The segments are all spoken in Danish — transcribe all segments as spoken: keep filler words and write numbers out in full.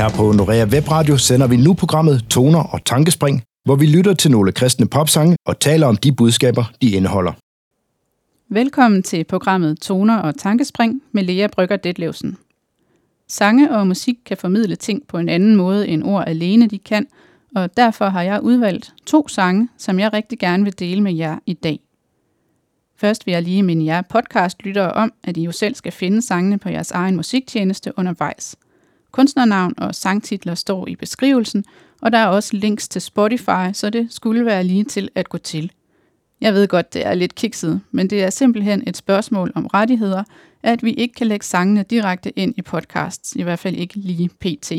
Her på Norea Webradio sender vi nu programmet Toner og Tankespring, hvor vi lytter til nogle kristne popsange og taler om de budskaber, de indeholder. Velkommen til programmet Toner og Tankespring med Lea Brøgger Detlevsen. Sange og musik kan formidle ting på en anden måde end ord alene de kan, og derfor har jeg udvalgt to sange, som jeg rigtig gerne vil dele med jer i dag. Først vil jeg lige minde jer podcastlyttere om, at I jo selv skal finde sangene på jeres egen musiktjeneste undervejs. Kunstnernavn og sangtitler står i beskrivelsen, og der er også links til Spotify, så det skulle være lige til at gå til. Jeg ved godt, det er lidt kikset, men det er simpelthen et spørgsmål om rettigheder, at vi ikke kan lægge sangene direkte ind i podcasts, i hvert fald ikke lige pt.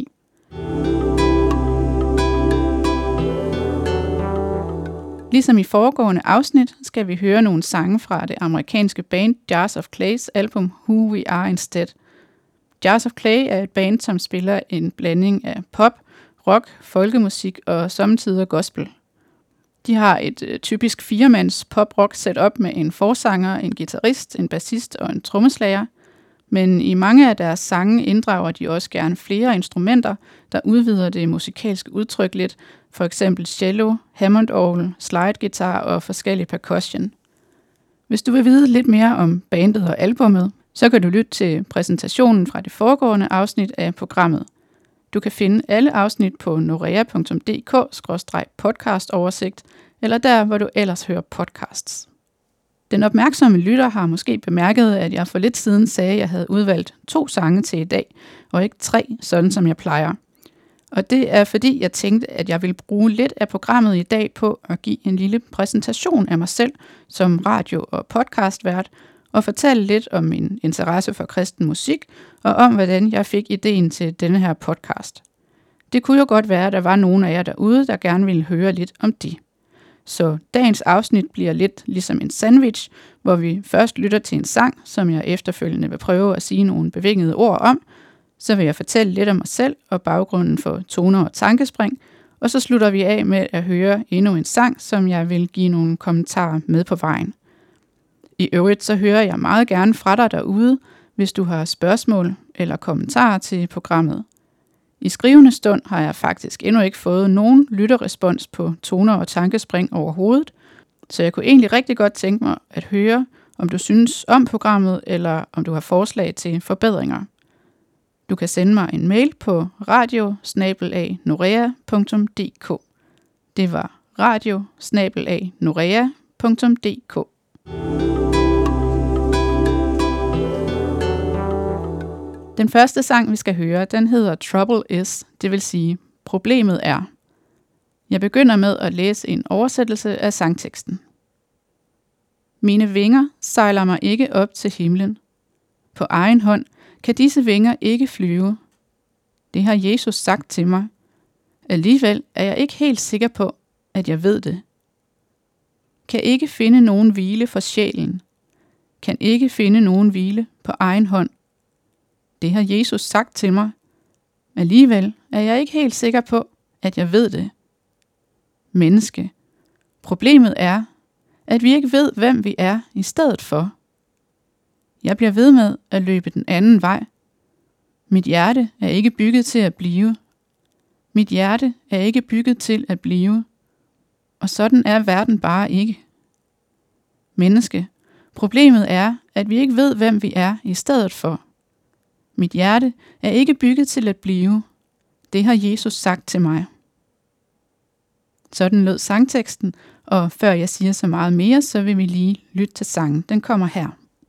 Ligesom i foregående afsnit skal vi høre nogle sange fra det amerikanske band Jars of Clay's album Who We Are Instead. Jars of Clay er et band, som spiller en blanding af pop, rock, folkemusik og sommetider gospel. De har et øh, typisk firemands pop-rock setup med en forsanger, en guitarist, en bassist og en trommeslager. Men i mange af deres sange inddrager de også gerne flere instrumenter, der udvider det musikalske udtryk lidt, for eksempel cello, Hammond-orgel, slide-guitar og forskellige percussion. Hvis du vil vide lidt mere om bandet og albummet, så kan du lytte til præsentationen fra det foregående afsnit af programmet. Du kan finde alle afsnit på norea punktum d k skråstreg podcast oversigt, eller der, hvor du ellers hører podcasts. Den opmærksomme lytter har måske bemærket, at jeg for lidt siden sagde, at jeg havde udvalgt to sange til i dag, og ikke tre, sådan som jeg plejer. Og det er fordi, jeg tænkte, at jeg ville bruge lidt af programmet i dag på at give en lille præsentation af mig selv som radio- og podcastvært, og fortælle lidt om min interesse for kristen musik, og om hvordan jeg fik ideen til denne her podcast. Det kunne jo godt være, at der var nogen af jer derude, der gerne ville høre lidt om det. Så dagens afsnit bliver lidt ligesom en sandwich, hvor vi først lytter til en sang, som jeg efterfølgende vil prøve at sige nogle bevingede ord om. Så vil jeg fortælle lidt om mig selv og baggrunden for toner og tankespring, og så slutter vi af med at høre endnu en sang, som jeg vil give nogle kommentarer med på vejen. I øvrigt så hører jeg meget gerne fra dig derude, hvis du har spørgsmål eller kommentarer til programmet. I skrivende stund har jeg faktisk endnu ikke fået nogen lytterrespons på toner og tankespring overhovedet, så jeg kunne egentlig rigtig godt tænke mig at høre, om du synes om programmet, eller om du har forslag til forbedringer. Du kan sende mig en mail på radio snabel-a norea punktum d k. Det var radio snabel-a norea punktum d k. Den første sang, vi skal høre, den hedder Trouble Is, det vil sige, problemet er. Jeg begynder med at læse en oversættelse af sangteksten. Mine vinger sejler mig ikke op til himlen. På egen hånd kan disse vinger ikke flyve. Det har Jesus sagt til mig. Alligevel er jeg ikke helt sikker på, at jeg ved det. Kan ikke finde nogen hvile for sjælen. Kan ikke finde nogen hvile på egen hånd. Det har Jesus sagt til mig. Alligevel er jeg ikke helt sikker på, at jeg ved det. Menneske. Problemet er, at vi ikke ved, hvem vi er i stedet for. Jeg bliver ved med at løbe den anden vej. Mit hjerte er ikke bygget til at blive. Mit hjerte er ikke bygget til at blive. Og sådan er verden bare ikke. Menneske. Problemet er, at vi ikke ved, hvem vi er i stedet for. Mit hjerte er ikke bygget til at blive. Det har Jesus sagt til mig. Sådan lød sangteksten, og før jeg siger så meget mere, så vil vi lige lytte til sangen. Den kommer her.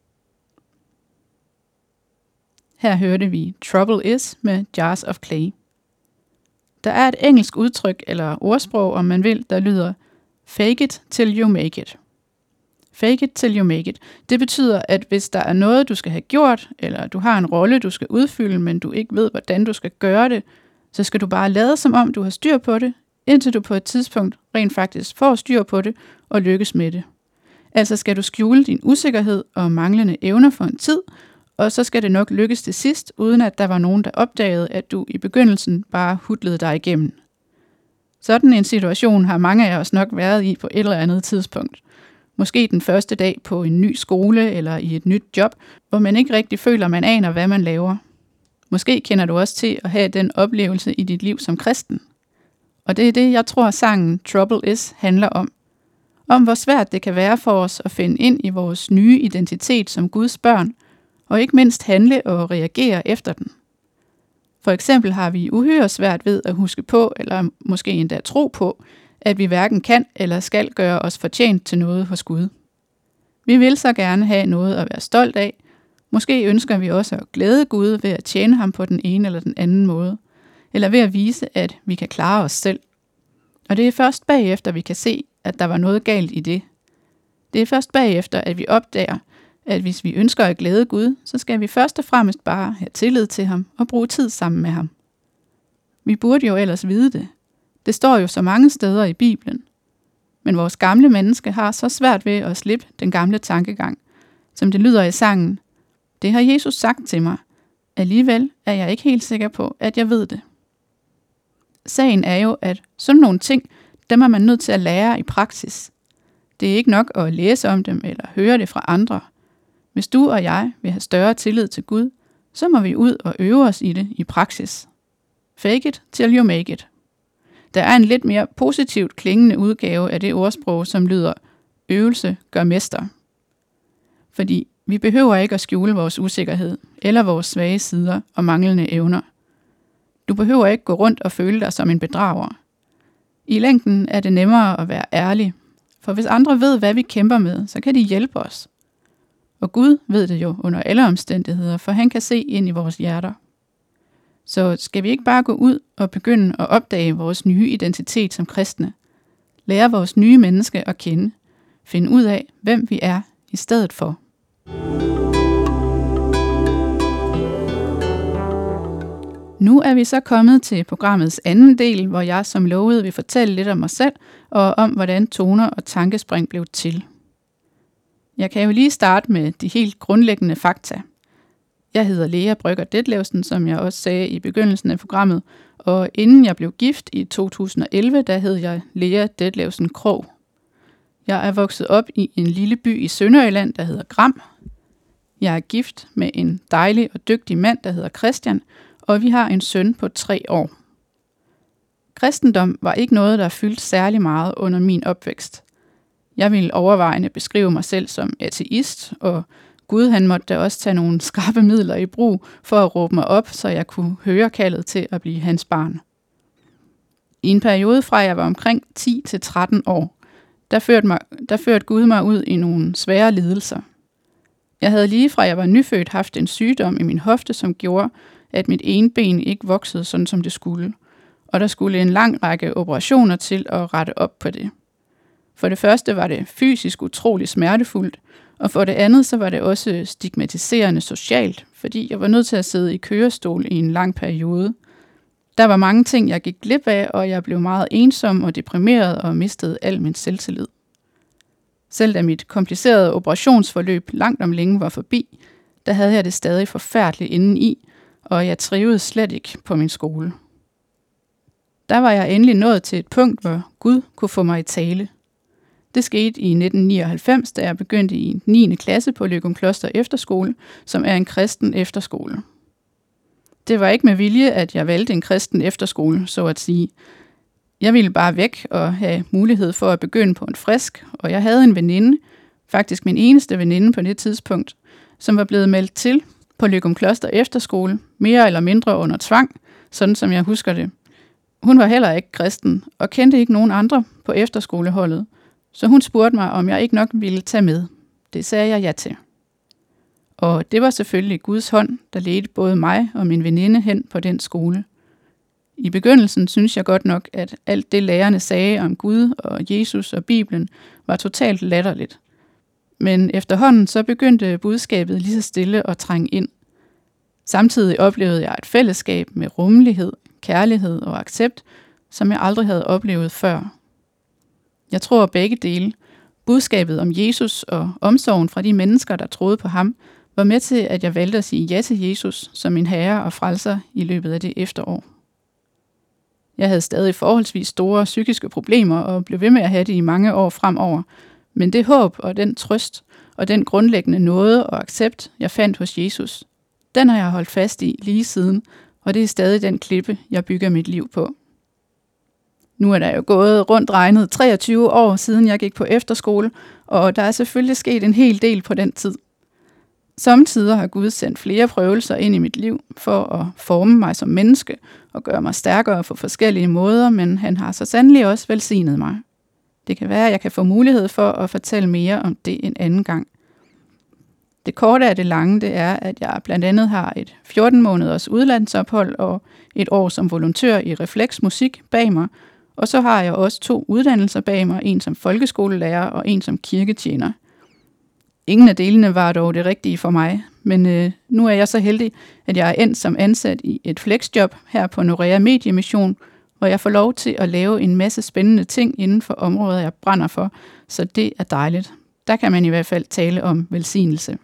Her hørte vi Trouble Is med Jars of Clay. Der er et engelsk udtryk eller ordsprog, om man vil, der lyder fake it till you make it. Fake it till you make it. Det betyder, at hvis der er noget, du skal have gjort, eller du har en rolle, du skal udfylde, men du ikke ved, hvordan du skal gøre det, så skal du bare lade som om, du har styr på det, indtil du på et tidspunkt rent faktisk får styr på det og lykkes med det. Altså skal du skjule din usikkerhed og manglende evner for en tid, og så skal det nok lykkes til sidst, uden at der var nogen, der opdagede, at du i begyndelsen bare hudlede dig igennem. Sådan en situation har mange af os nok været i på et eller andet tidspunkt. Måske den første dag på en ny skole eller i et nyt job, hvor man ikke rigtig føler, man aner, hvad man laver. Måske kender du også til at have den oplevelse i dit liv som kristen. Og det er det, jeg tror, sangen Trouble Is handler om. Om hvor svært det kan være for os at finde ind i vores nye identitet som Guds børn, og ikke mindst handle og reagere efter den. For eksempel har vi uhyre svært ved at huske på, eller måske endda tro på, at vi hverken kan eller skal gøre os fortjent til noget hos Gud. Vi vil så gerne have noget at være stolt af. Måske ønsker vi også at glæde Gud ved at tjene ham på den ene eller den anden måde, eller ved at vise, at vi kan klare os selv. Og det er først bagefter, vi kan se, at der var noget galt i det. Det er først bagefter, at vi opdager, at hvis vi ønsker at glæde Gud, så skal vi først og fremmest bare have tillid til ham og bruge tid sammen med ham. Vi burde jo ellers vide det. Det står jo så mange steder i Bibelen. Men vores gamle menneske har så svært ved at slippe den gamle tankegang, som det lyder i sangen. Det har Jesus sagt til mig. Alligevel er jeg ikke helt sikker på, at jeg ved det. Sagen er jo, at sådan nogle ting, dem er man nødt til at lære i praksis. Det er ikke nok at læse om dem eller høre det fra andre. Hvis du og jeg vil have større tillid til Gud, så må vi ud og øve os i det i praksis. Fake it till you make it. Der er en lidt mere positivt klingende udgave af det ordsprog, som lyder, øvelse gør mester. Fordi vi behøver ikke at skjule vores usikkerhed, eller vores svage sider og manglende evner. Du behøver ikke gå rundt og føle dig som en bedrager. I længden er det nemmere at være ærlig, for hvis andre ved, hvad vi kæmper med, så kan de hjælpe os. Og Gud ved det jo under alle omstændigheder, for han kan se ind i vores hjerter. Så skal vi ikke bare gå ud og begynde at opdage vores nye identitet som kristne? Lære vores nye menneske at kende. Finde ud af, hvem vi er i stedet for. Nu er vi så kommet til programmets anden del, hvor jeg som lovet vil fortælle lidt om mig selv og om, hvordan toner og tankespring blev til. Jeg kan jo lige starte med de helt grundlæggende fakta. Jeg hedder Lea Brøgger Detlevsen, som jeg også sagde i begyndelsen af programmet, og inden jeg blev gift i to tusind og elleve, der hed jeg Lea Detlevsen Krog. Jeg er vokset op i en lille by i Sønderjylland, der hedder Gram. Jeg er gift med en dejlig og dygtig mand, der hedder Christian, og vi har en søn på tre år. Kristendom var ikke noget, der fyldte særlig meget under min opvækst. Jeg ville overvejende beskrive mig selv som ateist, og Gud han måtte da også tage nogle skarpe midler i brug for at råbe mig op, så jeg kunne høre kaldet til at blive hans barn. I en periode fra jeg var omkring ti til tretten år, der førte, mig, der førte Gud mig ud i nogle svære lidelser. Jeg havde lige fra jeg var nyfødt haft en sygdom i min hofte, som gjorde, at mit ene ben ikke voksede sådan, som det skulle. Og der skulle en lang række operationer til at rette op på det. For det første var det fysisk utrolig smertefuldt, og for det andet så var det også stigmatiserende socialt, fordi jeg var nødt til at sidde i kørestol i en lang periode. Der var mange ting, jeg gik glip af, og jeg blev meget ensom og deprimeret og mistede al min selvtillid. Selv da mit komplicerede operationsforløb langt om længe var forbi, der havde jeg det stadig forfærdeligt indeni, og jeg trivedes slet ikke på min skole. Der var jeg endelig nået til et punkt, hvor Gud kunne få mig i tale. Det skete i nitten nioghalvfems, da jeg begyndte i niende klasse på Løgumkloster Efterskole, som er en kristen efterskole. Det var ikke med vilje, at jeg valgte en kristen efterskole, så at sige. Jeg ville bare væk og have mulighed for at begynde på en frisk, og jeg havde en veninde, faktisk min eneste veninde på det tidspunkt, som var blevet meldt til på Løgumkloster Efterskole, mere eller mindre under tvang, sådan som jeg husker det. Hun var heller ikke kristen og kendte ikke nogen andre på efterskoleholdet, så hun spurgte mig, om jeg ikke nok ville tage med. Det sagde jeg ja til. Og det var selvfølgelig Guds hånd, der ledte både mig og min veninde hen på den skole. I begyndelsen synes jeg godt nok, at alt det lærerne sagde om Gud og Jesus og Bibelen var totalt latterligt. Men efterhånden så begyndte budskabet lige så stille at trænge ind. Samtidig oplevede jeg et fællesskab med rummelighed, kærlighed og accept, som jeg aldrig havde oplevet før. Jeg tror begge dele, budskabet om Jesus og omsorgen fra de mennesker, der troede på ham, var med til, at jeg valgte at sige ja til Jesus som min herre og frelser i løbet af det efterår. Jeg havde stadig forholdsvis store psykiske problemer og blev ved med at have det i mange år fremover, men det håb og den trøst og den grundlæggende nåde og accept, jeg fandt hos Jesus, Den har jeg holdt fast i lige siden, og det er stadig den klippe, jeg bygger mit liv på. Nu er der jo gået rundt regnet treogtyve år siden jeg gik på efterskole, og der er selvfølgelig sket en hel del på den tid. Samtidig har Gud sendt flere prøvelser ind i mit liv for at forme mig som menneske og gøre mig stærkere på forskellige måder, men han har så sandelig også velsignet mig. Det kan være, at jeg kan få mulighed for at fortælle mere om det en anden gang. Det korte af det lange, det er, at jeg blandt andet har et fjorten måneders udlandsophold og et år som volontør i Refleks Musik bag mig, og så har jeg også to uddannelser bag mig, en som folkeskolelærer og en som kirketjener. Ingen af delene var dog det rigtige for mig, men øh, nu er jeg så heldig, at jeg er endt som ansat i et flexjob her på Norea Mediemission, hvor jeg får lov til at lave en masse spændende ting inden for områder, jeg brænder for, så det er dejligt. Der kan man i hvert fald tale om velsignelse.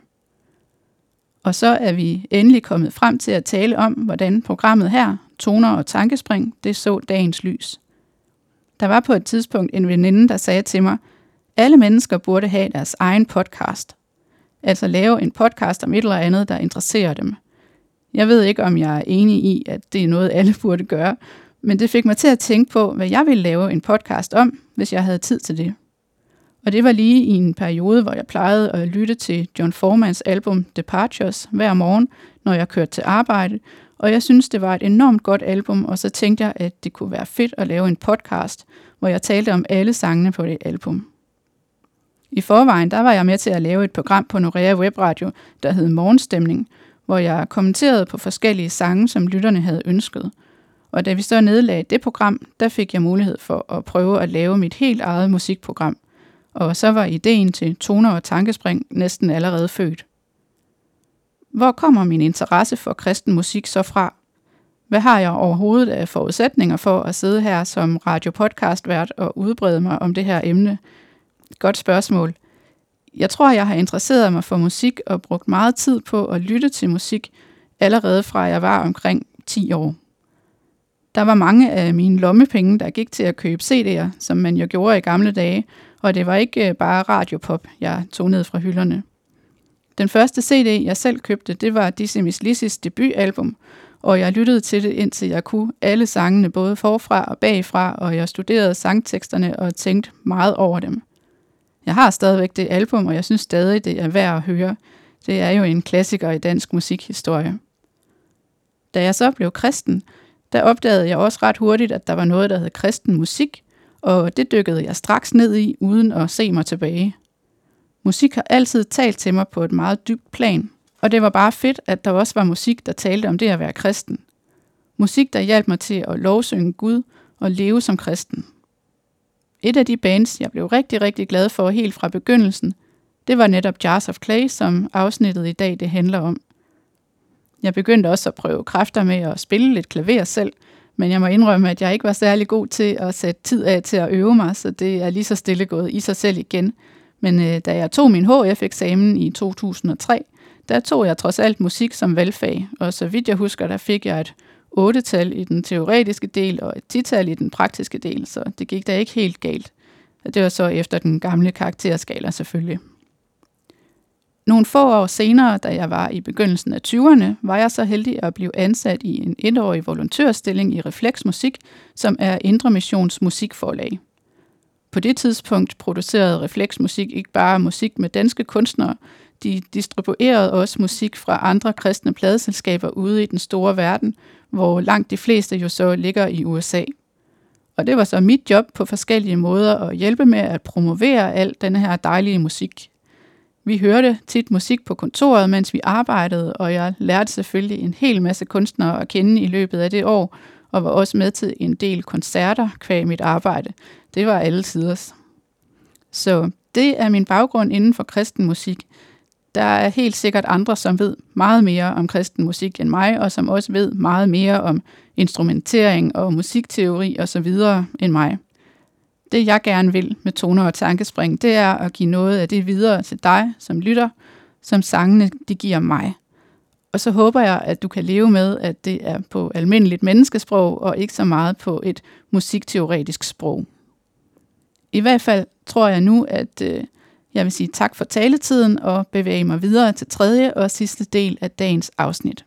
Og så er vi endelig kommet frem til at tale om, hvordan programmet her, Toner og Tankespring, det så dagens lys. Der var på et tidspunkt en veninde, der sagde til mig, alle mennesker burde have deres egen podcast. Altså lave en podcast om et eller andet, der interesserer dem. Jeg ved ikke, om jeg er enig i, at det er noget, alle burde gøre, men det fik mig til at tænke på, hvad jeg ville lave en podcast om, hvis jeg havde tid til det. Og det var lige i en periode, hvor jeg plejede at lytte til John Formans album Departures hver morgen, når jeg kørte til arbejde, og jeg synes, det var et enormt godt album, og så tænkte jeg, at det kunne være fedt at lave en podcast, hvor jeg talte om alle sangene på det album. I forvejen, der var jeg med til at lave et program på Norea Webradio, der hed Morgenstemning, hvor jeg kommenterede på forskellige sange, som lytterne havde ønsket. Og da vi så nedlagde det program, der fik jeg mulighed for at prøve at lave mit helt eget musikprogram. Og så var ideen til Toner og Tankespring næsten allerede født. Hvor kommer min interesse for kristen musik så fra? Hvad har jeg overhovedet af forudsætninger for at sidde her som radiopodcastvært og udbrede mig om det her emne? Godt spørgsmål. Jeg tror, jeg har interesseret mig for musik og brugt meget tid på at lytte til musik, allerede fra jeg var omkring ti år. Der var mange af mine lommepenge, der gik til at købe C D'er, som man jo gjorde i gamle dage, og det var ikke bare radiopop, jeg tog ned fra hylderne. Den første C D, jeg selv købte, det var Dizzy Miss Lizzys debutalbum, og jeg lyttede til det, indtil jeg kunne alle sangene både forfra og bagfra, og jeg studerede sangteksterne og tænkte meget over dem. Jeg har stadigvæk det album, og jeg synes stadig, det er værd at høre. Det er jo en klassiker i dansk musikhistorie. Da jeg så blev kristen, der opdagede jeg også ret hurtigt, at der var noget, der hed kristen musik, og det dykkede jeg straks ned i, uden at se mig tilbage. Musik har altid talt til mig på et meget dybt plan, og det var bare fedt, at der også var musik, der talte om det at være kristen. Musik, der hjalp mig til at lovsynge Gud og leve som kristen. Et af de bands, jeg blev rigtig, rigtig glad for helt fra begyndelsen, det var netop Jars of Clay, som afsnittet i dag det handler om. Jeg begyndte også at prøve kræfter med at spille lidt klaver selv, men jeg må indrømme, at jeg ikke var særlig god til at sætte tid af til at øve mig, så det er lige så stille gået i sig selv igen. Men øh, da jeg tog min H F-eksamen i to tusind og tre, der tog jeg trods alt musik som valgfag, og så vidt jeg husker, der fik jeg et otte-tal i den teoretiske del og et ti-tal i den praktiske del, så det gik da ikke helt galt. Det var så efter den gamle karakterskala selvfølgelig. Nogle få år senere, da jeg var i begyndelsen af tyverne, var jeg så heldig at blive ansat i en etårig volontørstilling i Refleks Musik, som er Indre Missions musikforlag. På det tidspunkt producerede Refleks Musik ikke bare musik med danske kunstnere, de distribuerede også musik fra andre kristne pladeselskaber ude i den store verden, hvor langt de fleste jo så ligger i U S A. Og det var så mit job på forskellige måder at hjælpe med at promovere al denne her dejlige musik. Vi hørte tit musik på kontoret, mens vi arbejdede, og jeg lærte selvfølgelig en hel masse kunstnere at kende i løbet af det år, og var også med til en del koncerter qua mit arbejde. Det var alle tiders. Så det er min baggrund inden for kristen musik. Der er helt sikkert andre, som ved meget mere om kristen musik end mig, og som også ved meget mere om instrumentering og musikteori osv. end mig. Det jeg gerne vil med Toner og Tankespring, det er at give noget af det videre til dig, som lytter, som sangene de giver mig. Og så håber jeg, at du kan leve med, at det er på almindeligt menneskesprog, og ikke så meget på et musikteoretisk sprog. I hvert fald tror jeg nu, at øh, Jeg vil sige tak for taletiden og bevæge mig videre til tredje og sidste del af dagens afsnit.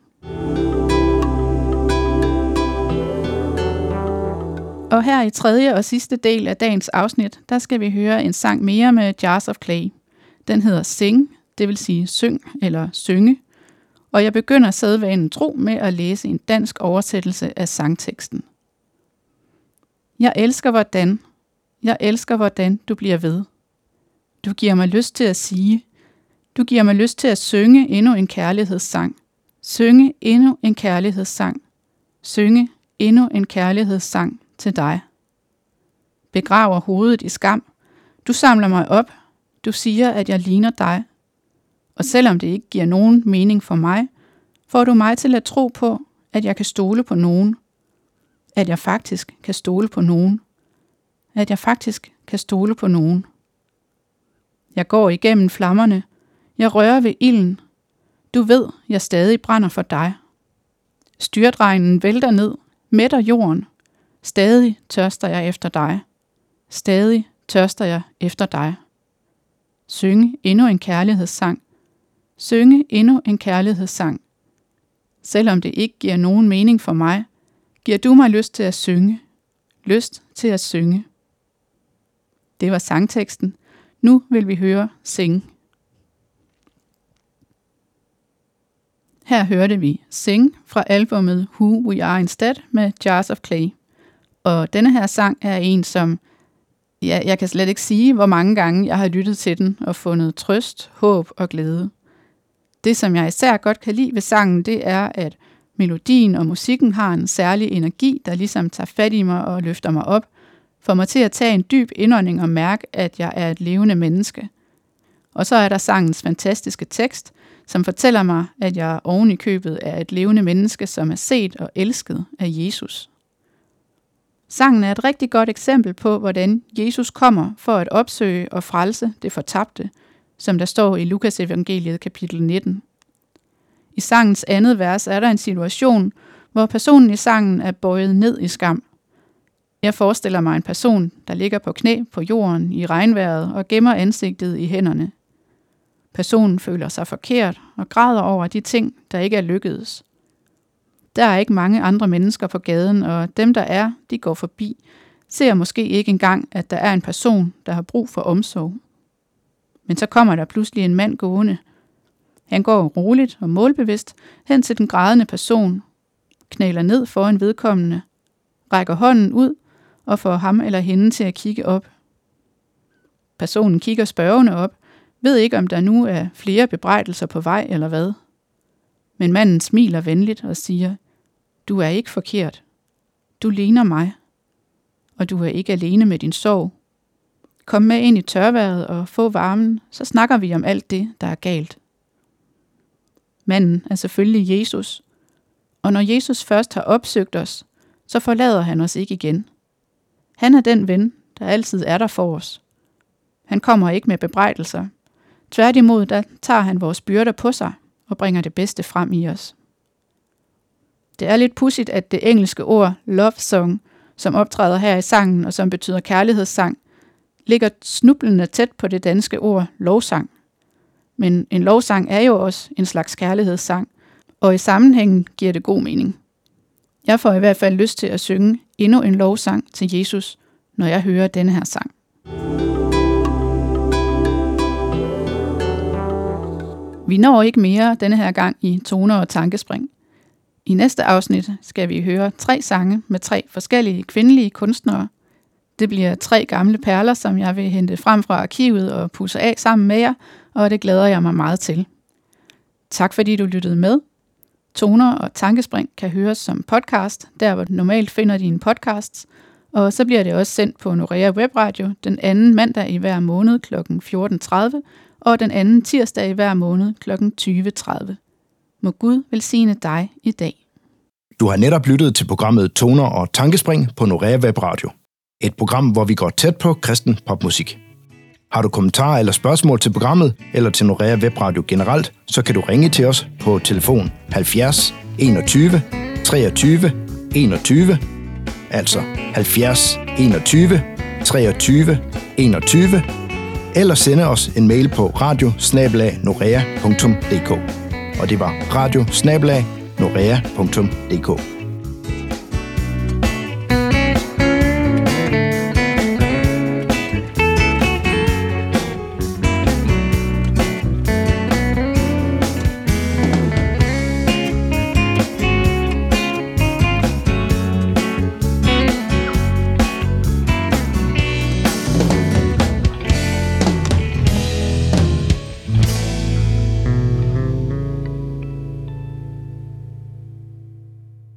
Og her i tredje og sidste del af dagens afsnit, der skal vi høre en sang mere med Jars of Clay. Den hedder Sing, det vil sige syng eller synge. Og jeg begynder sædvanen tro med at læse en dansk oversættelse af sangteksten. Jeg elsker hvordan, jeg elsker hvordan du bliver ved. Du giver mig lyst til at sige, du giver mig lyst til at synge endnu en kærlighedssang. Synge endnu en kærlighedssang. Synge endnu en kærlighedssang til dig. Begraver hovedet i skam. Du samler mig op. Du siger, at jeg ligner dig. Og selvom det ikke giver nogen mening for mig, får du mig til at tro på, at jeg kan stole på nogen. At jeg faktisk kan stole på nogen. At jeg faktisk kan stole på nogen. Jeg går igennem flammerne. Jeg rører ved ilden. Du ved, jeg stadig brænder for dig. Styrdregnen vælter ned, mætter jorden. Stadig tørster jeg efter dig. Stadig tørster jeg efter dig. Synge endnu en kærlighedssang. Synge endnu en kærlighedssang. Selvom det ikke giver nogen mening for mig, giver du mig lyst til at synge. Lyst til at synge. Det var sangteksten. Nu vil vi høre Sing. Her hørte vi Sing fra albumet Who We Are Instead med Jars of Clay. Og denne her sang er en, som ja, jeg kan slet ikke sige, hvor mange gange jeg har lyttet til den og fundet trøst, håb og glæde. Det, som jeg især godt kan lide ved sangen, det er, at melodien og musikken har en særlig energi, der ligesom tager fat i mig og løfter mig op, får mig til at tage en dyb indånding og mærke, at jeg er et levende menneske. Og så er der sangens fantastiske tekst, som fortæller mig, at jeg oven i købet er et levende menneske, som er set og elsket af Jesus. Sangen er et rigtig godt eksempel på, hvordan Jesus kommer for at opsøge og frelse det fortabte, som der står i Lukas evangeliet kapitel nitten. I sangens andet vers er der en situation, hvor personen i sangen er bøjet ned i skam. Jeg forestiller mig en person, der ligger på knæ på jorden i regnvejret og gemmer ansigtet i hænderne. Personen føler sig forkert og græder over de ting, der ikke er lykkedes. Der er ikke mange andre mennesker på gaden, og dem der er, de går forbi, ser måske ikke engang, at der er en person, der har brug for omsorg. Men så kommer der pludselig en mand gående. Han går roligt og målbevidst hen til den grædende person, knæler ned foran vedkommende, rækker hånden ud og får ham eller hende til at kigge op. Personen kigger spørgende op, ved ikke om der nu er flere bebrejdelser på vej eller hvad. Men manden smiler venligt og siger, du er ikke forkert. Du ligner mig. Og du er ikke alene med din sorg. Kom med ind i tørværet og få varmen, så snakker vi om alt det, der er galt. Manden er selvfølgelig Jesus. Og når Jesus først har opsøgt os, så forlader han os ikke igen. Han er den ven, der altid er der for os. Han kommer ikke med bebrejdelser. Tværtimod, der tager han vores byrder på sig og bringer det bedste frem i os. Det er lidt pudsigt, at det engelske ord love song, som optræder her i sangen og som betyder kærlighedssang, ligger snublende tæt på det danske ord lovsang. Men en lovsang er jo også en slags kærlighedssang, og i sammenhængen giver det god mening. Jeg får i hvert fald lyst til at synge endnu en lovsang til Jesus, når jeg hører denne her sang. Vi når ikke mere denne her gang i toner og tankespring. I næste afsnit skal vi høre tre sange med tre forskellige kvindelige kunstnere. Det bliver tre gamle perler, som jeg vil hente frem fra arkivet og pudse af sammen med jer, og det glæder jeg mig meget til. Tak fordi du lyttede med. Toner og tankespring kan høres som podcast, der hvor du normalt finder dine podcasts, og så bliver det også sendt på Norea Webradio den anden mandag i hver måned kl. fjorten tredive og den anden tirsdag i hver måned kl. tyve tredive. Må Gud velsigne dig i dag. Du har netop lyttet til programmet Toner og Tankespring på Norea Webradio. Et program, hvor vi går tæt på kristen popmusik. Har du kommentarer eller spørgsmål til programmet eller til Norea Webradio generelt, så kan du ringe til os på telefon halvfjerds enogtyve treogtyve enogtyve, altså halvfjerds enogtyve treogtyve enogtyve, eller sende os en mail på radio snabel-a norea punktum d k. Og det var radio snabel-a norea punktum d k.